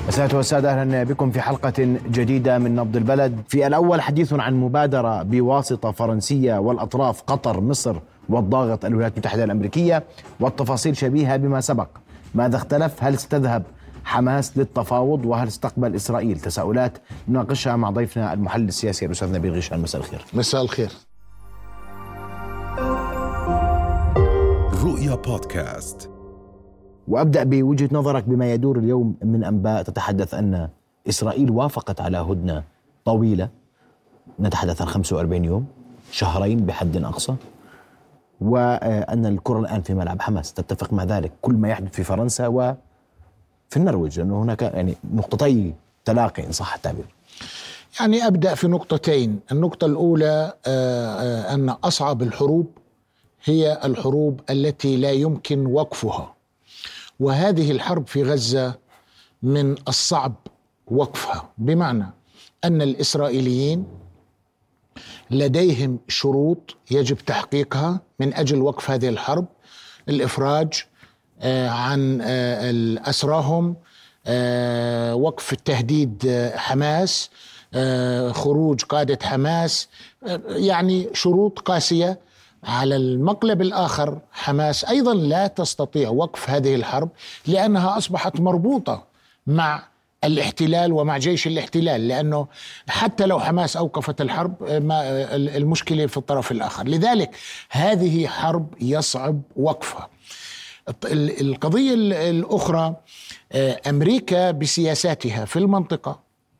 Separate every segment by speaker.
Speaker 1: سادة والسادة، أهلا بكم في حلقة جديدة من نبض البلد. في الأول حديث عن مبادرة بواسطة فرنسية والأطراف قطر، مصر والضاغط الولايات المتحدة الأمريكية، والتفاصيل شبيهة بما سبق. ماذا اختلف؟ هل ستذهب حماس للتفاوض؟ وهل استقبل إسرائيل؟ تساؤلات نناقشها مع ضيفنا المحلل السياسي الأستاذ نبيل غيشان. مساء الخير.
Speaker 2: مساء الخير.
Speaker 3: رؤيا بودكاست.
Speaker 1: وأبدأ بوجهة نظرك بما يدور اليوم من أنباء تتحدث أن إسرائيل وافقت على هدنة طويلة، نتحدث عن 45 يوم، شهرين بحد أقصى، وأن الكرة الآن في ملعب حماس. تتفق مع ذلك كل ما يحدث في فرنسا وفي النرويج، لأنه هناك يعني نقطتي تلاقي إن صح التعبير؟
Speaker 2: يعني أبدأ في نقطتين. النقطة الأولى أن أصعب الحروب هي الحروب التي لا يمكن وقفها، وهذه الحرب في غزة من الصعب وقفها، بمعنى أن الإسرائيليين لديهم شروط يجب تحقيقها من أجل وقف هذه الحرب: الإفراج عن أسراهم، وقف التهديد حماس، خروج قادة حماس، يعني شروط قاسية. على المقلب الآخر حماس أيضا لا تستطيع وقف هذه الحرب لأنها أصبحت مربوطة مع الاحتلال ومع جيش الاحتلال، لأنه حتى لو حماس أوقفت الحرب المشكلة في الطرف الآخر. لذلك هذه حرب يصعب وقفها. القضية الأخرى، أمريكا بسياساتها في المنطقة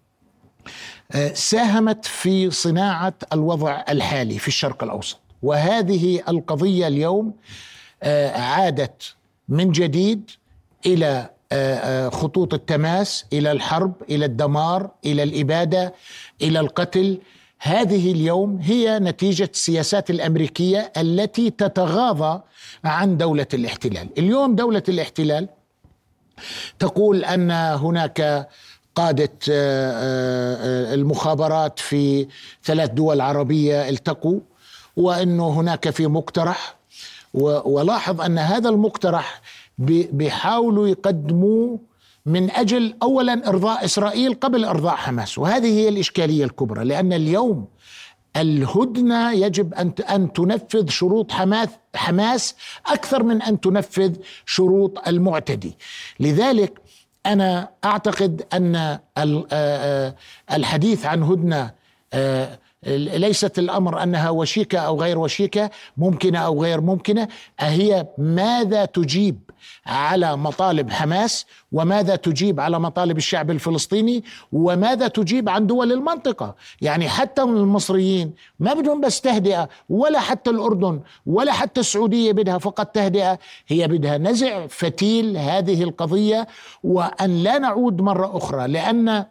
Speaker 2: ساهمت في صناعة الوضع الحالي في الشرق الأوسط، وهذه القضية اليوم عادت من جديد إلى خطوط التماس، إلى الحرب، إلى الدمار، إلى الإبادة، إلى القتل. هذه اليوم هي نتيجة السياسات الأمريكية التي تتغاضى عن دولة الاحتلال. اليوم دولة الاحتلال تقول أن هناك قادة المخابرات في 3 دول عربية التقوا، وأنه هناك في مقترح، ولاحظ أن هذا المقترح بيحاولوا يقدموه من أجل أولا إرضاء إسرائيل قبل إرضاء حماس، وهذه هي الإشكالية الكبرى، لأن اليوم الهدنة يجب أن تنفذ شروط حماس أكثر من أن تنفذ شروط المعتدي. لذلك أنا أعتقد أن الحديث عن هدنة ليست الأمر أنها وشيكة أو غير وشيكة، ممكنة أو غير ممكنة، هي ماذا تجيب على مطالب حماس، وماذا تجيب على مطالب الشعب الفلسطيني، وماذا تجيب عن دول المنطقة. يعني حتى المصريين ما بدهم بس تهدئة، ولا حتى الأردن ولا حتى السعودية بدها فقط تهدئة، هي بدها نزع فتيل هذه القضية، وأن لا نعود مرة أخرى. لأن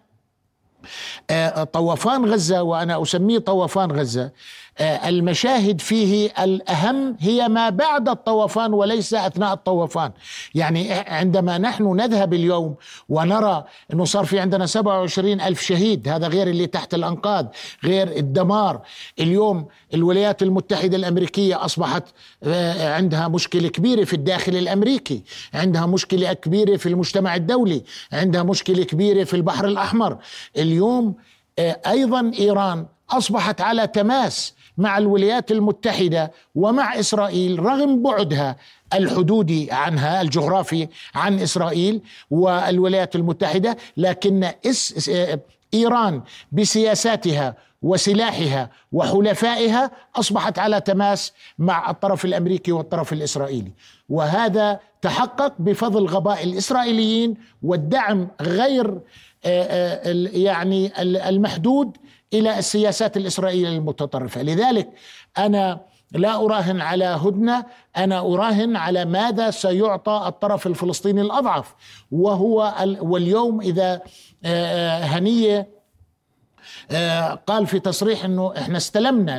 Speaker 2: طوفان غزة، وأنا أسميه طوفان غزة، المشاهد فيه الأهم هي ما بعد الطوفان وليس أثناء الطوفان. يعني عندما نحن نذهب اليوم ونرى أنه صار في عندنا 27 ألف شهيد، هذا غير اللي تحت الأنقاض، غير الدمار. اليوم الولايات المتحدة الأمريكية أصبحت عندها مشكلة كبيرة في الداخل الأمريكي، عندها مشكلة كبيرة في المجتمع الدولي، عندها مشكلة كبيرة في البحر الأحمر. اليوم أيضا إيران أصبحت على تماس مع الولايات المتحدة ومع إسرائيل رغم بعدها الحدودي عنها، الجغرافي عن إسرائيل والولايات المتحدة، لكن إيران بسياساتها وسلاحها وحلفائها أصبحت على تماس مع الطرف الأمريكي والطرف الإسرائيلي، وهذا تحقق بفضل غباء الإسرائيليين والدعم غير يعني المحدود إلى السياسات الإسرائيلية المتطرفة. لذلك أنا لا أراهن على هدنة، أنا أراهن على ماذا سيعطى الطرف الفلسطيني الأضعف، واليوم إذا هنية قال في تصريح أنه إحنا استلمنا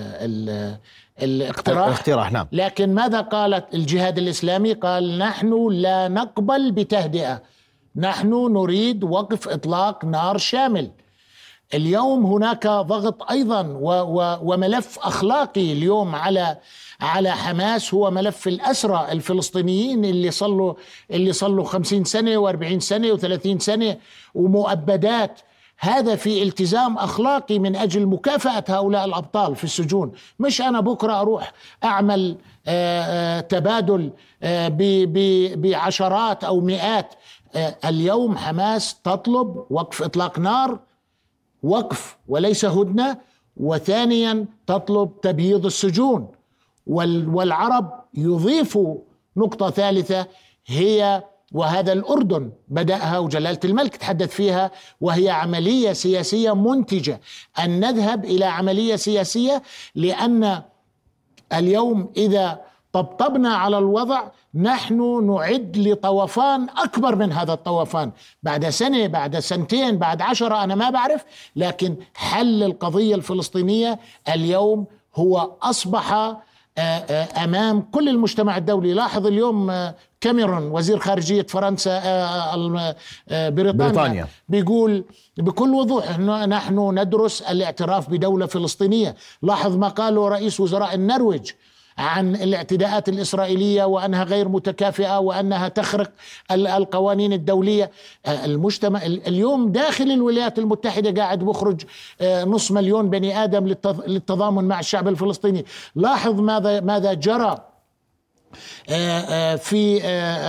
Speaker 2: الاقتراح،
Speaker 1: نعم.
Speaker 2: لكن ماذا قالت الجهاد الإسلامي؟ قال نحن لا نقبل بتهدئة، نحن نريد وقف إطلاق نار شامل. اليوم هناك ضغط أيضا وملف أخلاقي اليوم على حماس، هو ملف الأسرى الفلسطينيين اللي صلوا 50 سنة و40 سنة و30 سنة ومؤبدات. هذا في التزام أخلاقي من أجل مكافأة هؤلاء الأبطال في السجون، مش أنا بكرة أروح أعمل تبادل بعشرات أو مئات. اليوم حماس تطلب وقف إطلاق نار، وقف وليس هدنة، وثانيا تطلب تبييض السجون. والعرب يضيفوا نقطة ثالثة، هي وهذا الأردن بدأها وجلالة الملك تحدث فيها، وهي عملية سياسية منتجة، أن نذهب إلى عملية سياسية، لأن اليوم إذا طبطبنا على الوضع نحن نعد لطوفان أكبر من هذا الطوفان بعد سنة، بعد سنتين، بعد 10، أنا ما بعرف. لكن حل القضية الفلسطينية اليوم هو أصبح أمام كل المجتمع الدولي. لاحظ اليوم كاميرون وزير خارجية فرنسا بريطانيا بيقول بكل وضوح نحن ندرس الاعتراف بدولة فلسطينية. لاحظ ما قاله رئيس وزراء النرويج عن الاعتداءات الإسرائيلية وأنها غير متكافئة وأنها تخرق القوانين الدولية. المجتمع اليوم داخل الولايات المتحدة قاعد بخرج 500,000 بني آدم للتضامن مع الشعب الفلسطيني. لاحظ ماذا جرى في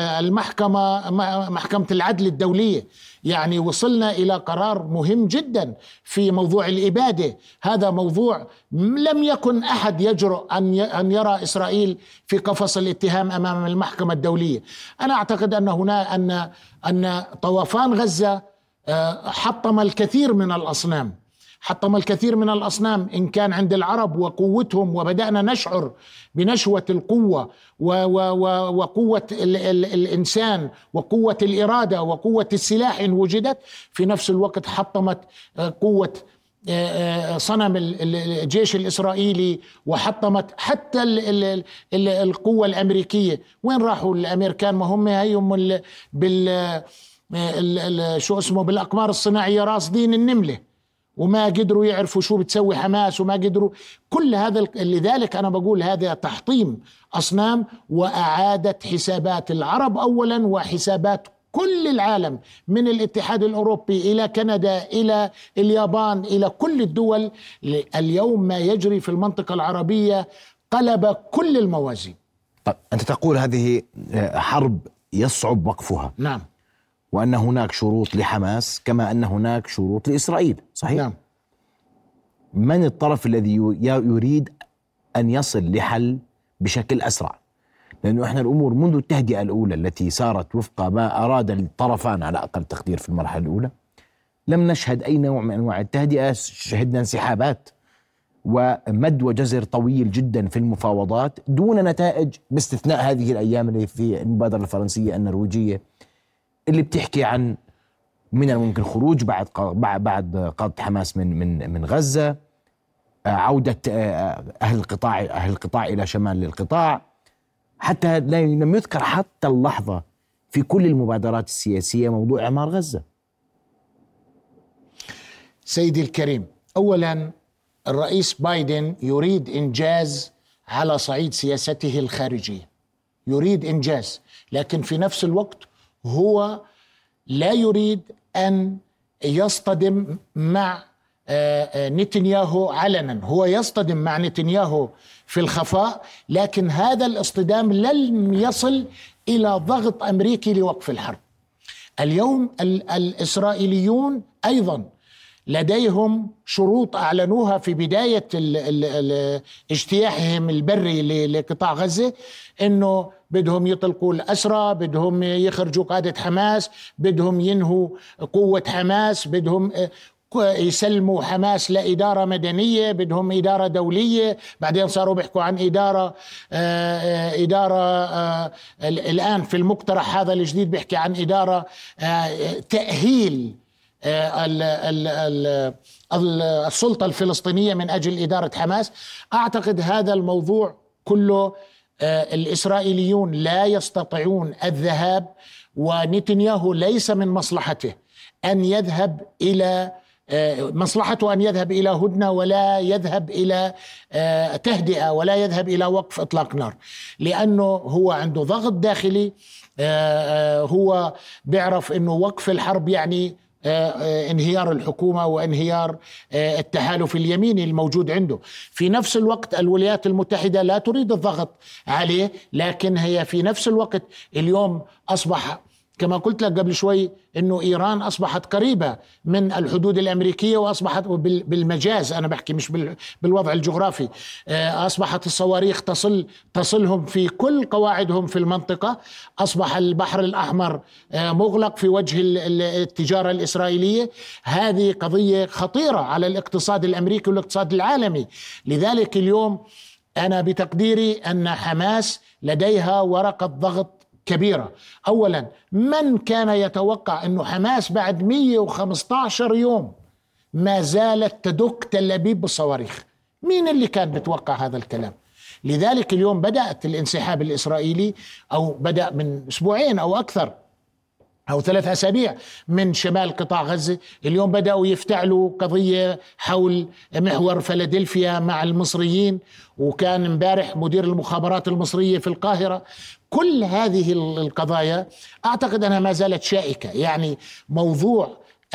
Speaker 2: محكمة العدل الدولية. يعني وصلنا إلى قرار مهم جدا في موضوع الإبادة. هذا موضوع لم يكن أحد يجرؤ أن يرى إسرائيل في قفص الاتهام أمام المحكمة الدولية. أنا أعتقد أن طوفان غزة حطم الكثير من الأصنام، حطم الكثير من الأصنام إن كان عند العرب وقوتهم، وبدأنا نشعر بنشوة القوة وقوة الإنسان وقوة الإرادة وقوة السلاح إن وجدت. في نفس الوقت حطمت قوة صنم الجيش الإسرائيلي، وحطمت حتى القوة الأمريكية. وين راحوا الأمريكان؟ ما هم هيهم بالأقمار الصناعية راصدين النملة، وما قدروا يعرفوا شو بتسوي حماس، وما قدروا كل هذا. لذلك أنا بقول هذا تحطيم أصنام، وأعادة حسابات العرب أولا وحسابات كل العالم من الاتحاد الأوروبي إلى كندا إلى اليابان إلى كل الدول. اليوم ما يجري في المنطقة العربية قلب كل الموازين.
Speaker 1: طيب أنت تقول هذه حرب يصعب وقفها.
Speaker 2: نعم.
Speaker 1: وأن هناك شروط لحماس كما أن هناك شروط لإسرائيل، صحيح؟
Speaker 2: نعم.
Speaker 1: من الطرف الذي يريد أن يصل لحل بشكل أسرع؟ لأنه إحنا الأمور منذ التهدئة الأولى التي سارت وفق ما أراد الطرفان على أقل تقدير في المرحلة الأولى، لم نشهد أي نوع من أنواع التهدئة. شهدنا انسحابات ومد وجزر طويل جدا في المفاوضات دون نتائج، باستثناء هذه الأيام اللي في المبادرة الفرنسية النرويجية اللي بتحكي عن من الممكن خروج بعد قضاء حماس من غزة، عودة أهل القطاع إلى شمال القطاع. حتى لم يذكر حتى اللحظة في كل المبادرات السياسية موضوع إعمار غزة.
Speaker 2: سيدي الكريم، أولا الرئيس بايدن يريد إنجاز على صعيد سياسته الخارجية، يريد إنجاز، لكن في نفس الوقت هو لا يريد أن يصطدم مع نتنياهو علنا. هو يصطدم مع نتنياهو في الخفاء، لكن هذا الاصطدام لن يصل إلى ضغط أمريكي لوقف الحرب. اليوم الإسرائيليون أيضا لديهم شروط أعلنوها في بداية اجتياحهم البري لقطاع غزة، إنه بدهم يطلقوا الأسرى، بدهم يخرجوا قادة حماس، بدهم ينهوا قوة حماس، بدهم يسلموا حماس لإدارة مدنية، بدهم إدارة دولية. بعدين صاروا بيحكوا عن إدارة الآن في المقترح هذا الجديد بيحكي عن إدارة تأهيل السلطة الفلسطينية من أجل إدارة حماس. أعتقد هذا الموضوع كله الإسرائيليون لا يستطيعون الذهاب، ونتنياهو ليس من مصلحته أن يذهب إلى مصلحته أن يذهب إلى هدنة ولا يذهب إلى تهدئة ولا يذهب إلى وقف إطلاق نار، لأنه هو عنده ضغط داخلي. هو بيعرف أنه وقف الحرب يعني انهيار الحكومة وانهيار التحالف اليميني الموجود عنده. في نفس الوقت الولايات المتحدة لا تريد الضغط عليه، لكن هي في نفس الوقت اليوم أصبح كما قلت لك قبل شوي انه ايران اصبحت قريبه من الحدود الامريكيه، واصبحت بالمجاز، انا بحكي مش بالوضع الجغرافي، اصبحت الصواريخ تصلهم في كل قواعدهم في المنطقه. اصبح البحر الاحمر مغلق في وجه التجاره الاسرائيليه. هذه قضيه خطيره على الاقتصاد الامريكي والاقتصاد العالمي. لذلك اليوم انا بتقديري ان حماس لديها ورقه ضغط كبيرة. أولا، من كان يتوقع أنه حماس بعد 115 يوم ما زالت تدك تل أبيب بالصواريخ؟ مين اللي كان بتوقع هذا الكلام؟ لذلك اليوم بدأت الانسحاب الإسرائيلي، أو بدأ من أسبوعين أو أكثر أو 3 أسابيع من شمال قطاع غزة. اليوم بدأوا يفتعلوا قضية حول محور فيلادلفيا مع المصريين، وكان امبارح مدير المخابرات المصرية في القاهرة. كل هذه القضايا أعتقد أنها ما زالت شائكة. يعني موضوع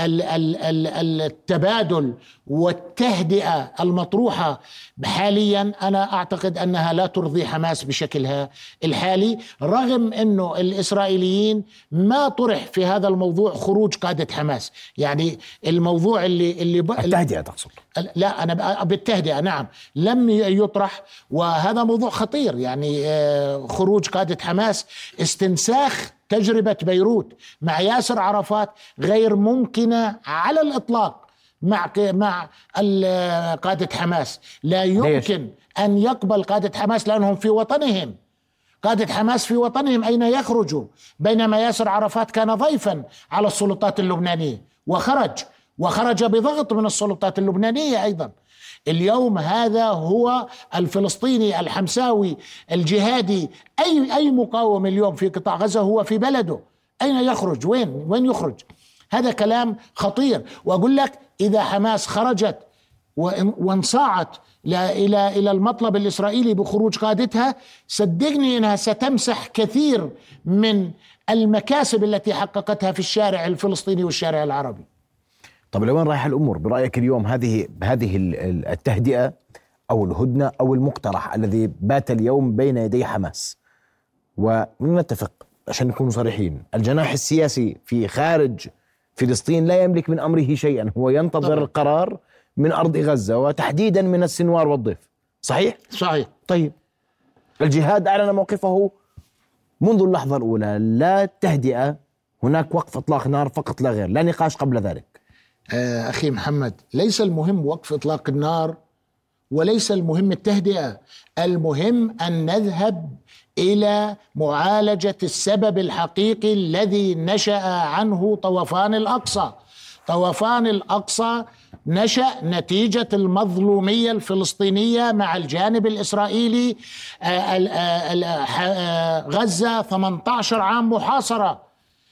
Speaker 2: التبادل والتهدئة المطروحة حاليا أنا أعتقد أنها لا ترضي حماس بشكلها الحالي، رغم أنه الإسرائيليين ما طرح في هذا الموضوع خروج قادة حماس. يعني الموضوع اللي
Speaker 1: التهدئة تقصد؟
Speaker 2: لا، أنا بالتهدئة نعم لم يطرح، وهذا موضوع خطير. يعني خروج قادة حماس، استنساخ تجربة بيروت مع ياسر عرفات غير ممكنة على الإطلاق مع قادة حماس. لا يمكن أن يقبل قادة حماس لأنهم في وطنهم. قادة حماس في وطنهم أين يخرجوا؟ بينما ياسر عرفات كان ضيفا على السلطات اللبنانية وخرج بضغط من السلطات اللبنانية أيضا. اليوم هذا هو الفلسطيني الحمساوي الجهادي، أي مقاوم اليوم في قطاع غزة هو في بلده. أين يخرج؟ وين يخرج؟ هذا كلام خطير. وأقول لك إذا حماس خرجت وانصاعت إلى المطلب الإسرائيلي بخروج قادتها، صدقني أنها ستمسح كثير من المكاسب التي حققتها في الشارع الفلسطيني والشارع العربي.
Speaker 1: طب لوين رايح الأمور برأيك اليوم؟ هذه التهدئة أو الهدنة أو المقترح الذي بات اليوم بين يدي حماس، ونتفق عشان نكون صريحين، الجناح السياسي في خارج فلسطين لا يملك من أمره شيئا، هو ينتظر القرار من أرض غزة وتحديدا من السنوار والضيف. صحيح؟
Speaker 2: صحيح.
Speaker 1: طيب الجهاد أعلن موقفه منذ اللحظة الأولى، لا تهدئة، هناك وقف إطلاق نار فقط لا غير، لا نقاش قبل ذلك.
Speaker 2: أخي محمد، ليس المهم وقف إطلاق النار وليس المهم التهدئة، المهم أن نذهب إلى معالجة السبب الحقيقي الذي نشأ عنه طوفان الأقصى. طوفان الأقصى نشأ نتيجة المظلومية الفلسطينية مع الجانب الإسرائيلي. غزة 18 عام محاصرة،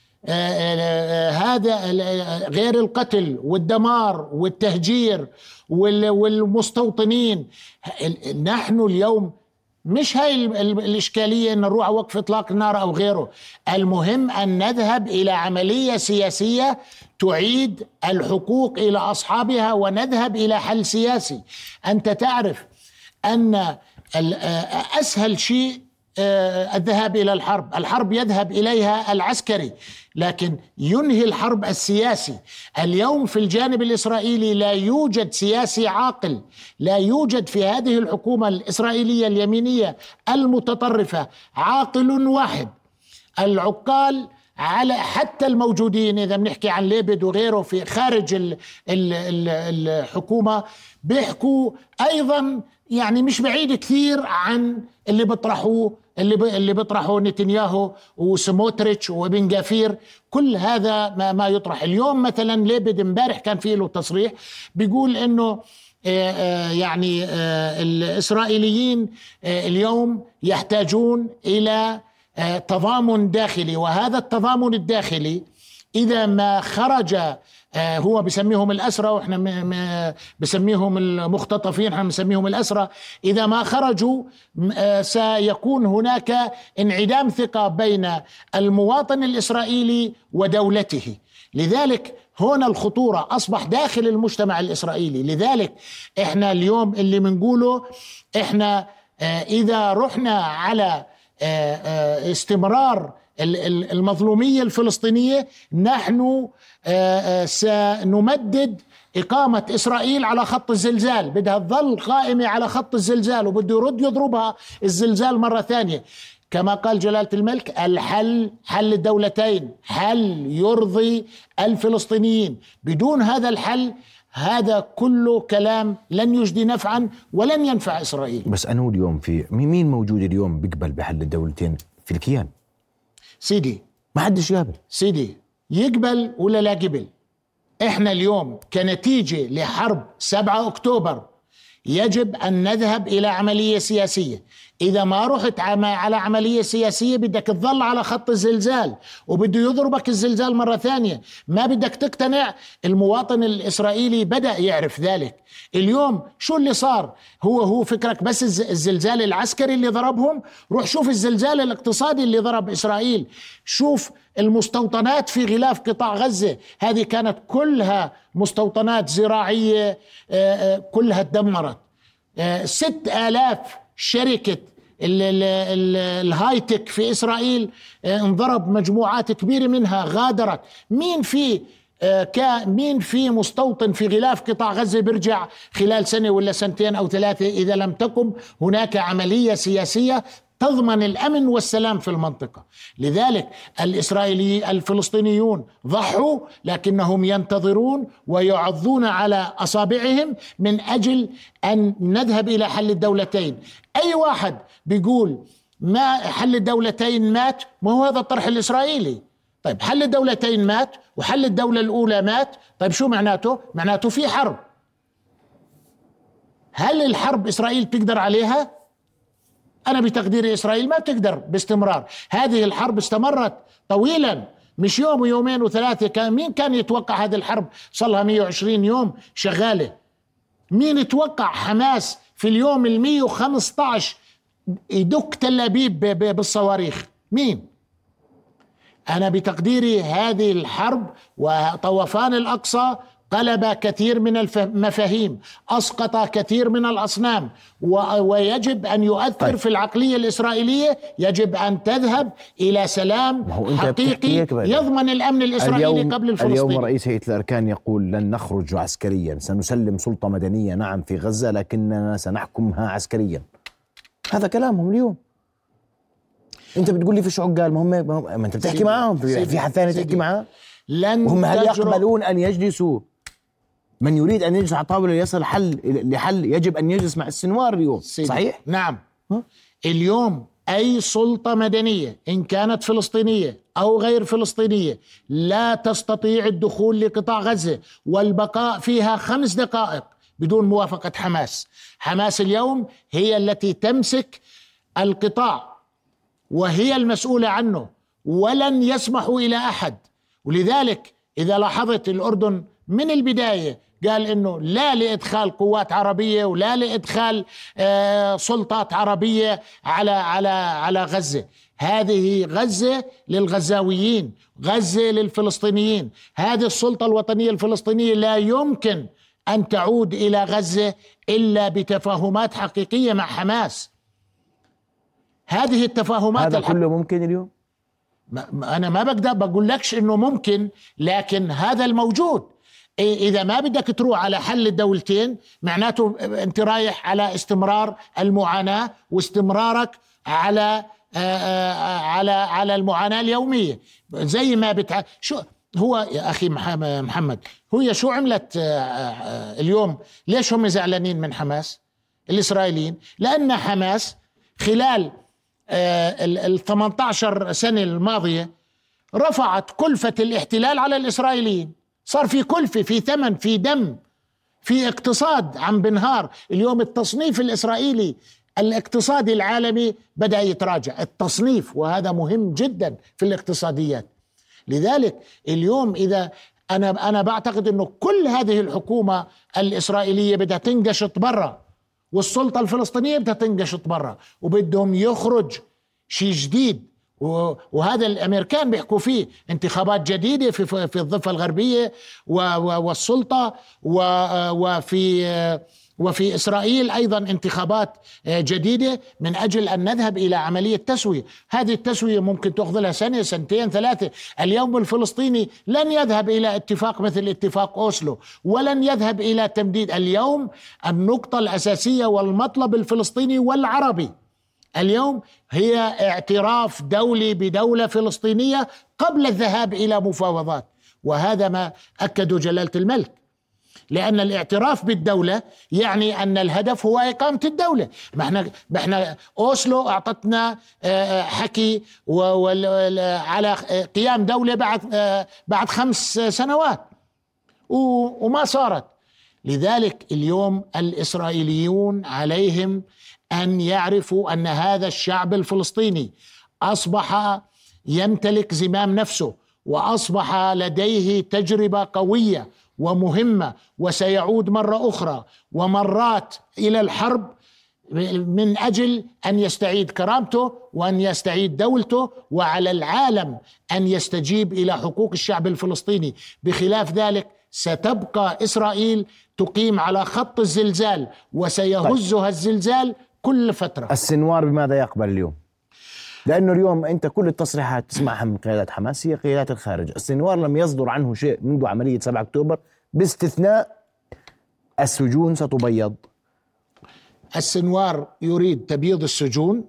Speaker 2: هذا غير القتل والدمار والتهجير والمستوطنين. نحن اليوم مش هاي الإشكالية أن نروح وقف إطلاق النار أو غيره، المهم أن نذهب إلى عملية سياسية تعيد الحقوق إلى أصحابها ونذهب إلى حل سياسي. أنت تعرف أن أسهل شيء الذهاب إلى الحرب يذهب إليها العسكري، لكن ينهي الحرب السياسي. اليوم في الجانب الإسرائيلي لا يوجد سياسي عاقل، لا يوجد في هذه الحكومة الإسرائيلية اليمينية المتطرفة عاقل واحد. العقال على حتى الموجودين، إذا بنحكي عن ليبد وغيره في خارج الحكومة، بيحكوا أيضا يعني مش بعيد كثير عن اللي بيطرحوه نتنياهو وسموتريتش وبن جافير. كل هذا ما يطرح اليوم. مثلا ليبد امبارح كان فيه له تصريح بيقول انه يعني الإسرائيليين اليوم يحتاجون إلى تضامن داخلي، وهذا التضامن الداخلي إذا ما خرج هو بسميهم الأسرى وإحنا بسميهم المختطفين، إحنا بسميهم الأسرى، إذا ما خرجوا سيكون هناك انعدام ثقة بين المواطن الإسرائيلي ودولته. لذلك هنا الخطورة أصبح داخل المجتمع الإسرائيلي. لذلك إحنا اليوم اللي منقوله إحنا إذا رحنا على استمرار المظلومية الفلسطينية نحن سنمدد إقامة إسرائيل على خط الزلزال، بدها تظل قائمة على خط الزلزال وبده يرد يضربها الزلزال مرة ثانية. كما قال جلالة الملك الحل حل الدولتين، حل يرضي الفلسطينيين. بدون هذا الحل هذا كله كلام لن يجدي نفعا ولن ينفع إسرائيل.
Speaker 1: بس أنا اليوم في مين موجود اليوم بيقبل بحل الدولتين في الكيان؟
Speaker 2: سيدي
Speaker 1: ما حدش يقبل.
Speaker 2: سيدي يقبل ولا لا قبل، احنا اليوم كنتيجة لحرب 7 أكتوبر يجب أن نذهب إلى عملية سياسية. إذا ما رحت على عملية سياسية بدك تظل على خط الزلزال وبده يضربك الزلزال مرة ثانية، ما بدك تقتنع. المواطن الإسرائيلي بدأ يعرف ذلك. اليوم شو اللي صار؟ هو فكرك بس الزلزال العسكري اللي ضربهم؟ روح شوف الزلزال الاقتصادي اللي ضرب إسرائيل، شوف المستوطنات في غلاف قطاع غزة، هذه كانت كلها مستوطنات زراعية كلها تدمرت. 6000 شركة الهايتك في إسرائيل انضرب، مجموعات كبيرة منها غادرت. مين في مستوطن في غلاف قطاع غزة بيرجع خلال سنة ولا سنتين أو 3 إذا لم تكن هناك عملية سياسية تضمن الأمن والسلام في المنطقة؟ لذلك الفلسطينيون ضحوا لكنهم ينتظرون ويعضون على أصابعهم من أجل أن نذهب إلى حل الدولتين. أي واحد بيقول ما حل الدولتين مات، ما هو هذا الطرح الإسرائيلي. طيب حل الدولتين مات وحل الدولة الأولى مات، طيب شو معناته؟ معناته في حرب. هل الحرب إسرائيل تقدر عليها؟ أنا بتقدير إسرائيل ما تقدر باستمرار. هذه الحرب استمرت طويلا، مش يوم ويومين و3. مين كان يتوقع هذه الحرب صلها 120 يوم شغالة؟ مين يتوقع حماس في اليوم 115 يدك تل أبيب بالصواريخ؟ مين؟ أنا بتقديري هذه الحرب وطوفان الأقصى قلب كثير من المفاهيم، أسقط كثير من الأصنام، ويجب أن يؤثر في العقلية الإسرائيلية. يجب أن تذهب إلى سلام حقيقي يضمن الأمن الإسرائيلي قبل الفلسطيني.
Speaker 1: اليوم رئيس هيئة الأركان يقول لن نخرج عسكريا، سنسلم سلطة مدنية نعم في غزة لكننا سنحكمها عسكريا. هذا كلامهم اليوم. انت بتقول لي في شو عقال؟ ما انت بتحكي معهم، في حد ثاني تحكي معاه؟ وهم هل يقبلون أن يجلسوا؟ من يريد أن يجلس على طاولة ليصل لحل يجب أن يجلس مع السنوار اليوم. صحيح؟
Speaker 2: نعم. اليوم أي سلطة مدنية إن كانت فلسطينية أو غير فلسطينية لا تستطيع الدخول لقطاع غزة والبقاء فيها 5 دقائق بدون موافقة حماس. حماس اليوم هي التي تمسك القطاع وهي المسؤولة عنه، ولن يسمحوا إلى أحد. ولذلك إذا لاحظت الأردن من البداية قال إنه لا لإدخال قوات عربية ولا لإدخال سلطات عربية على غزة. هذه غزة للغزاويين، غزة للفلسطينيين. هذه السلطة الوطنية الفلسطينية لا يمكن أن تعود إلى غزة إلا بتفاهمات حقيقية مع حماس. هذه التفاهمات
Speaker 1: هذا كله ممكن اليوم؟
Speaker 2: أنا ما بقدر بقول لكش إنه ممكن، لكن هذا الموجود. إذا ما بدك تروح على حل الدولتين معناته أنت رايح على استمرار المعاناة واستمرارك على المعاناة اليومية زي ما شو هو يا أخي محمد، هو شو عملت اليوم؟ ليش هم زعلانين من حماس الإسرائيليين؟ لأن حماس خلال 18 سنة الماضية رفعت كلفة الاحتلال على الإسرائيليين. صار في كلفة، في ثمن، في دم، في اقتصاد عم بنهار. اليوم التصنيف الإسرائيلي الاقتصادي العالمي بدأ يتراجع، التصنيف، وهذا مهم جدا في الاقتصاديات. لذلك اليوم إذا أنا بعتقد أنه كل هذه الحكومة الإسرائيلية بدها تنقشط برا، والسلطة الفلسطينية بدها تنقشط برا، وبدهم يخرج شيء جديد. وهذا الأمريكان بيحكوا فيه انتخابات جديدة في الضفة الغربية والسلطة، وفي إسرائيل أيضا انتخابات جديدة من أجل أن نذهب إلى عملية تسوية. هذه التسوية ممكن تأخذ لها سنة، سنتين، 3. اليوم الفلسطيني لن يذهب إلى اتفاق مثل اتفاق أوسلو، ولن يذهب إلى تمديد. اليوم النقطة الأساسية والمطلب الفلسطيني والعربي اليوم هي اعتراف دولي بدولة فلسطينية قبل الذهاب إلى مفاوضات، وهذا ما أكده جلالة الملك، لأن الاعتراف بالدولة يعني أن الهدف هو إقامة الدولة. ما احنا أوسلو أعطتنا حكي على قيام دولة بعد 5 سنوات وما صارت. لذلك اليوم الإسرائيليون عليهم أن يعرفوا أن هذا الشعب الفلسطيني أصبح يمتلك زمام نفسه، وأصبح لديه تجربة قوية ومهمة، وسيعود مرة أخرى ومرات إلى الحرب من أجل أن يستعيد كرامته وأن يستعيد دولته، وعلى العالم أن يستجيب إلى حقوق الشعب الفلسطيني. بخلاف ذلك ستبقى إسرائيل تقيم على خط الزلزال، وسيهزها الزلزال كل فترة.
Speaker 1: السنوار بماذا يقبل اليوم؟ لأنه اليوم أنت كل التصريحات تسمعها من قيادات حماس هي قيادات الخارج. السنوار لم يصدر عنه شيء منذ عملية 7 أكتوبر باستثناء السجون ستبيض.
Speaker 2: السنوار يريد تبييض السجون،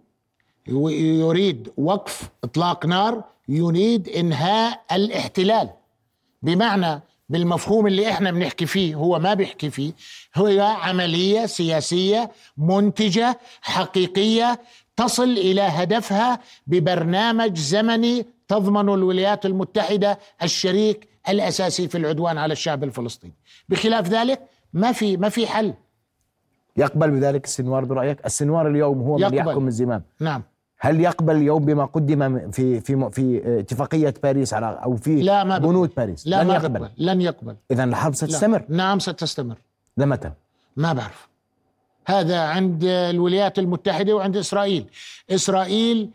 Speaker 2: يريد وقف إطلاق نار، يريد إنهاء الاحتلال، بمعنى بالمفهوم اللي احنا بنحكي فيه هو ما بيحكي فيه، هو عملية سياسية منتجة حقيقية تصل إلى هدفها ببرنامج زمني تضمن الولايات المتحدة الشريك الأساسي في العدوان على الشعب الفلسطيني. بخلاف ذلك ما في حل.
Speaker 1: يقبل بذلك السنوار برأيك؟ السنوار اليوم هو من يحكم الزمام.
Speaker 2: نعم.
Speaker 1: هل يقبل اليوم بما قدم في اتفاقية باريس أو في بنود باريس؟
Speaker 2: لا، لن يقبل.
Speaker 1: إذن الحرب ستستمر؟
Speaker 2: نعم ستستمر.
Speaker 1: لمتى؟
Speaker 2: ما بعرف. هذا عند الولايات المتحدة وعند إسرائيل. إسرائيل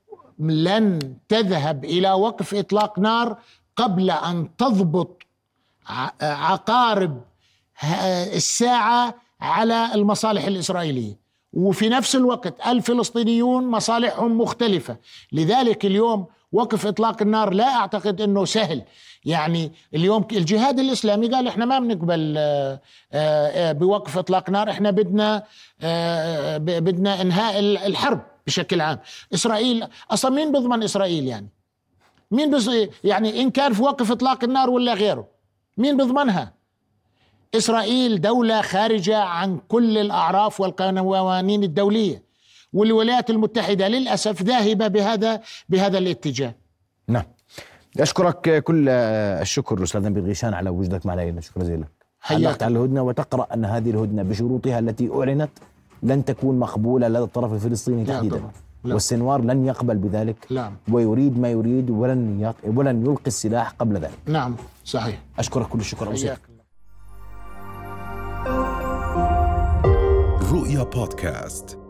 Speaker 2: لن تذهب إلى وقف إطلاق نار قبل أن تضبط عقارب الساعة على المصالح الإسرائيلية، وفي نفس الوقت الفلسطينيون مصالحهم مختلفة. لذلك اليوم وقف إطلاق النار لا أعتقد أنه سهل. يعني اليوم الجهاد الإسلامي قال إحنا ما بنقبل بوقف إطلاق نار، إحنا بدنا إنهاء الحرب بشكل عام. إسرائيل أصلا مين بضمن إسرائيل؟ يعني مين يعني إن كان في وقف إطلاق النار ولا غيره مين بضمنها؟ إسرائيل دولة خارجة عن كل الأعراف والقوانين الدولية، والولايات المتحدة للأسف ذاهبة بهذا الاتجاه.
Speaker 1: نعم. أشكرك كل الشكر أستاذ نبيل غيشان على وجودك معنا. شكرا جزيلا. حلقت على الهدنة، وتقرأ أن هذه الهدنة بشروطها التي أعلنت لن تكون مقبولة لدى الطرف الفلسطيني تحديدا، والسنوار لن يقبل بذلك.
Speaker 2: لا.
Speaker 1: ويريد ما يريد ولن يلقي السلاح قبل ذلك.
Speaker 2: نعم صحيح.
Speaker 1: أشكرك كل الشكر.
Speaker 3: رؤيا بودكاست.